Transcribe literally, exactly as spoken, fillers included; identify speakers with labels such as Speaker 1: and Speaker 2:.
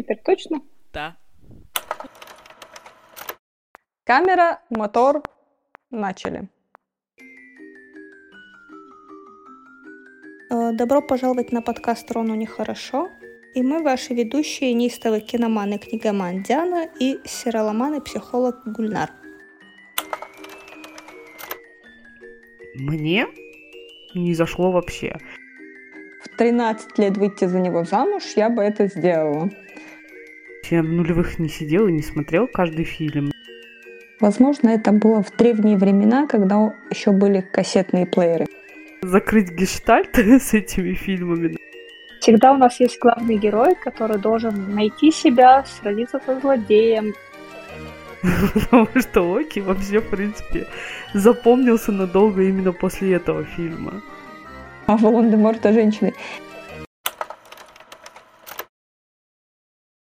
Speaker 1: теперь точно?
Speaker 2: Да.
Speaker 3: Камера, мотор, начали.
Speaker 4: Добро пожаловать на подкаст «Рону нехорошо». И мы ваши ведущие, неистовый киноман и книгоман Диана и сериаломан и психолог Гульнар.
Speaker 5: Мне не зашло вообще.
Speaker 3: В тринадцать лет выйти за него замуж, я бы это сделала.
Speaker 5: Я в нулевых не сидел и не смотрел каждый фильм.
Speaker 3: Возможно, это было в древние времена, когда еще были кассетные плееры.
Speaker 5: Закрыть гештальт с этими фильмами.
Speaker 1: Всегда у нас есть главный герой, который должен найти себя, сразиться со злодеем.
Speaker 5: Потому что Локи вообще, в принципе, запомнился надолго именно после этого фильма.
Speaker 3: А Волан-де-Морта женщины.